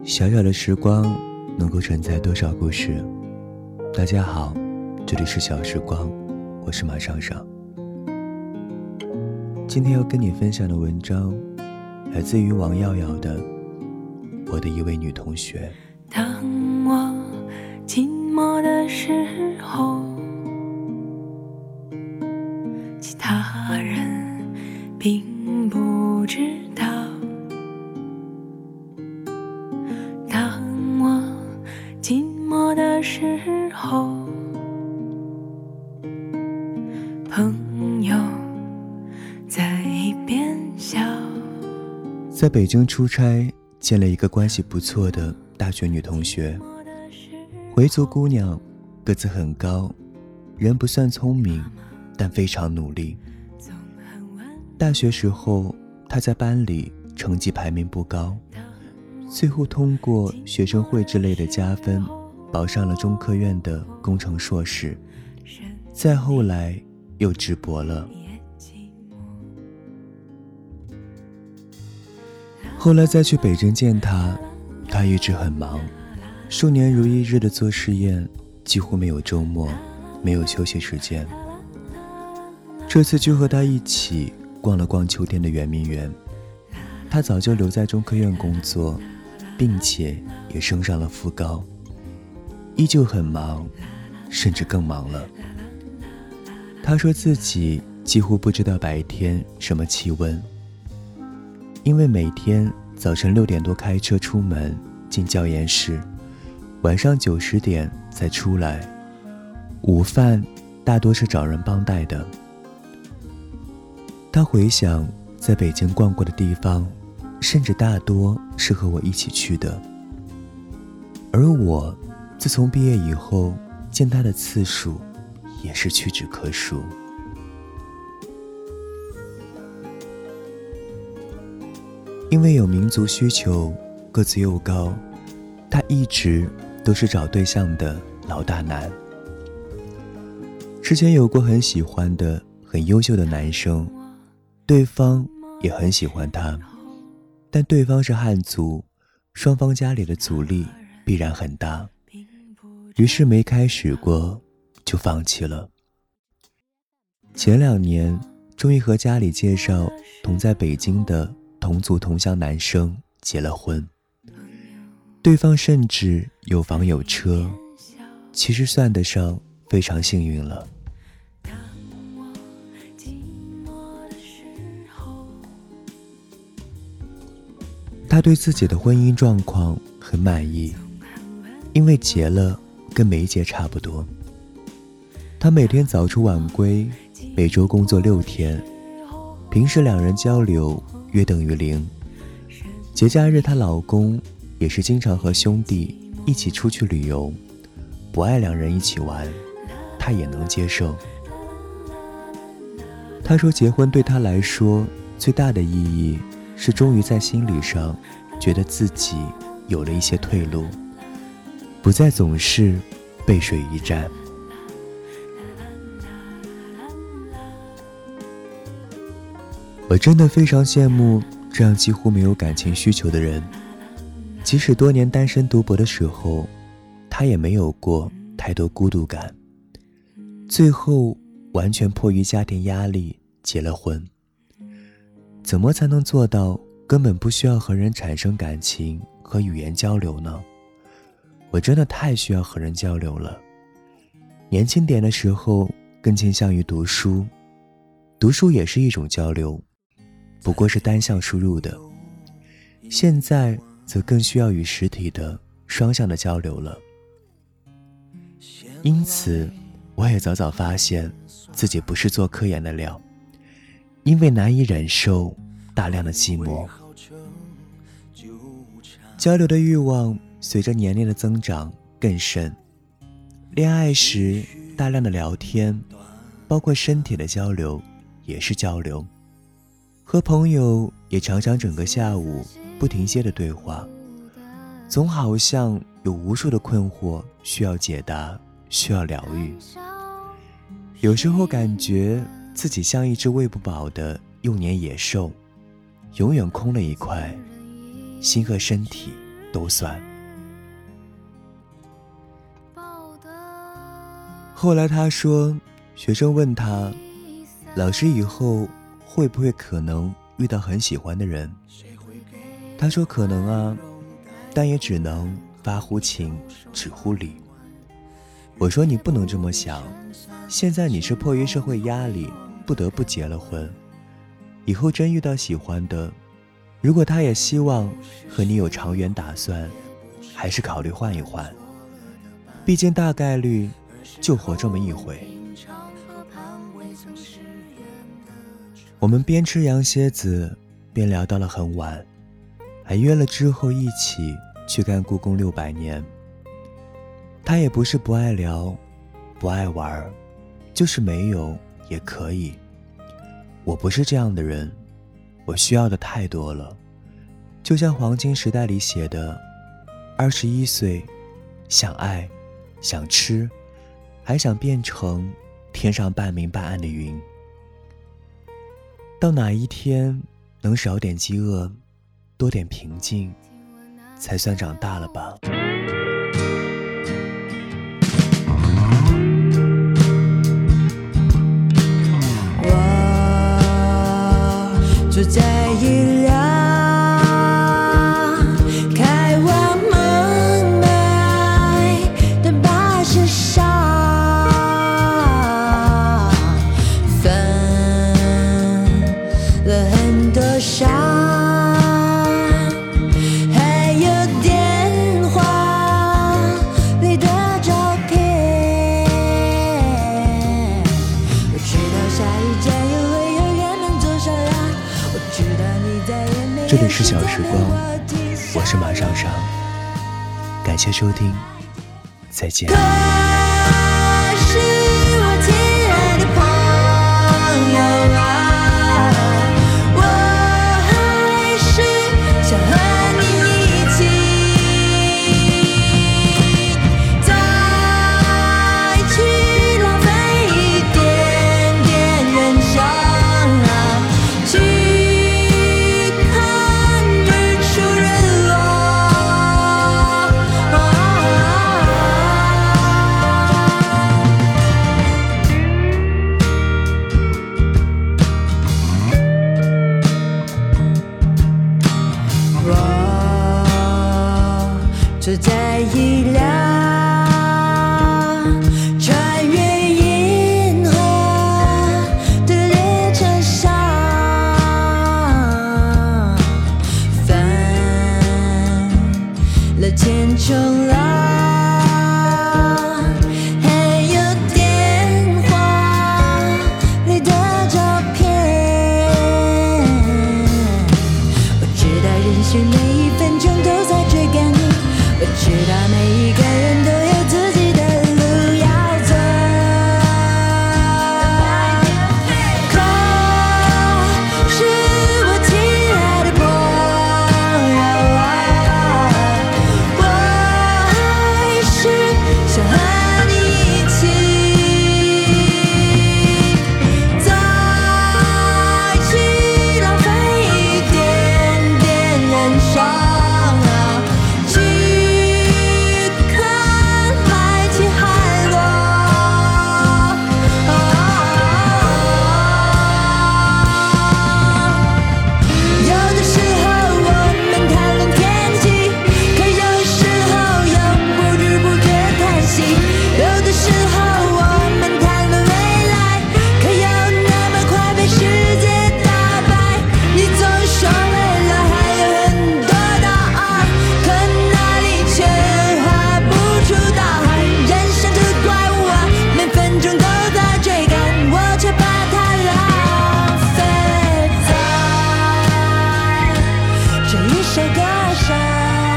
小小的时光能够承载多少故事。大家好，这里是小时光，我是马上上。今天要跟你分享的文章来自于王耀耀的我的一位女同学。 当我寂寞的时候，其他人并不知道。当我寂寞的时候，朋友在一边笑。 在北京出差，见了一个关系不错的大学女同学，回族姑娘，个子很高，人不算聪明，但非常努力。大学时候，她在班里成绩排名不高，最后通过学生会之类的加分，保上了中科院的工程硕士，再后来又直博了。后来再去北京见他，他一直很忙，数年如一日的做试验，几乎没有周末，没有休息时间。这次就和他一起逛了逛秋天的圆明园。他早就留在中科院工作，并且也升上了副高，依旧很忙，甚至更忙了。他说自己几乎不知道白天什么气温，因为每天早晨6点多开车出门进教研室，晚上9、10点才出来，午饭大多是找人帮带的。他回想在北京逛过的地方，甚至大多是和我一起去的，而我自从毕业以后见他的次数也是屈指可数。因为有民族需求，个子又高，他一直都是找对象的老大难。之前有过很喜欢的很优秀的男生，对方也很喜欢他，但对方是汉族，双方家里的阻力必然很大，于是没开始过就放弃了。前2年终于和家里介绍同在北京的同族同乡男生结了婚，对方甚至有房有车，其实算得上非常幸运了。他对自己的婚姻状况很满意，因为结了跟没结差不多。他每天早出晚归，每周工作6天，平时2人交流约等于0。节假日她老公也是经常和兄弟一起出去旅游，不爱2人一起玩，她也能接受。她说结婚对她来说最大的意义是终于在心理上觉得自己有了一些退路，不再总是背水一战。我真的非常羡慕这样几乎没有感情需求的人，即使多年单身独薄的时候，他也没有过太多孤独感，最后完全迫于家庭压力结了婚。怎么才能做到根本不需要和人产生感情和语言交流呢？我真的太需要和人交流了。年轻点的时候更倾向于读书，读书也是一种交流，不过是单向输入的。现在则更需要与实体的双向的交流了。因此我也早早发现自己不是做科研的料，因为难以忍受大量的寂寞。交流的欲望随着年龄的增长更甚，恋爱时大量的聊天，包括身体的交流也是交流，和朋友也常常整个下午不停歇的对话，总好像有无数的困惑需要解答，需要疗愈。有时候感觉自己像一只喂不饱的幼年野兽，永远空了一块，心和身体都算。后来他说，学生问他，老师以后会不会可能遇到很喜欢的人？他说可能啊，但也只能发乎情，止乎礼。我说你不能这么想，现在你是迫于社会压力不得不结了婚，以后真遇到喜欢的，如果他也希望和你有长远打算，还是考虑换一换，毕竟大概率就活这么一回。我们边吃羊蝎子边聊到了很晚，还约了之后一起去看故宫600年。他也不是不爱聊不爱玩，就是没有也可以。我不是这样的人，我需要的太多了，就像黄金时代里写的，21岁想爱想吃，还想变成天上半明半暗的云。到哪一天能少点饥饿，多点平静，才算长大了吧。 我住在一辆开往孟买的巴士上，分了很多伤，还有电话里的照片。我知道下一站又会有人能坐上来，我知道你在眼眉。 这里是小时光，我是马上上，感谢收听，再见。 可是我亲爱的朋友啊，我还是想和你一起再去浪费一点点人生啊，去看日出日落。我住在一辆穿越银河的列车上，翻了千重浪，还有电话里的照片。我知道人生每一分钟都在追赶你，我知道每一个人都有自己的路要走。可是我亲爱的朋友啊，我还是想和你一起再去浪费一点点人生啊，去看海起海落。有的时候我们谈论天气，可有时候又不知不觉叹息；有的时候我们谈论未来，可又那么快被世界打败。你总说未来还有很多答案，可那里却画不出大海。人生这怪物啊，每分钟都在追赶，我却把它浪费在这一首歌上。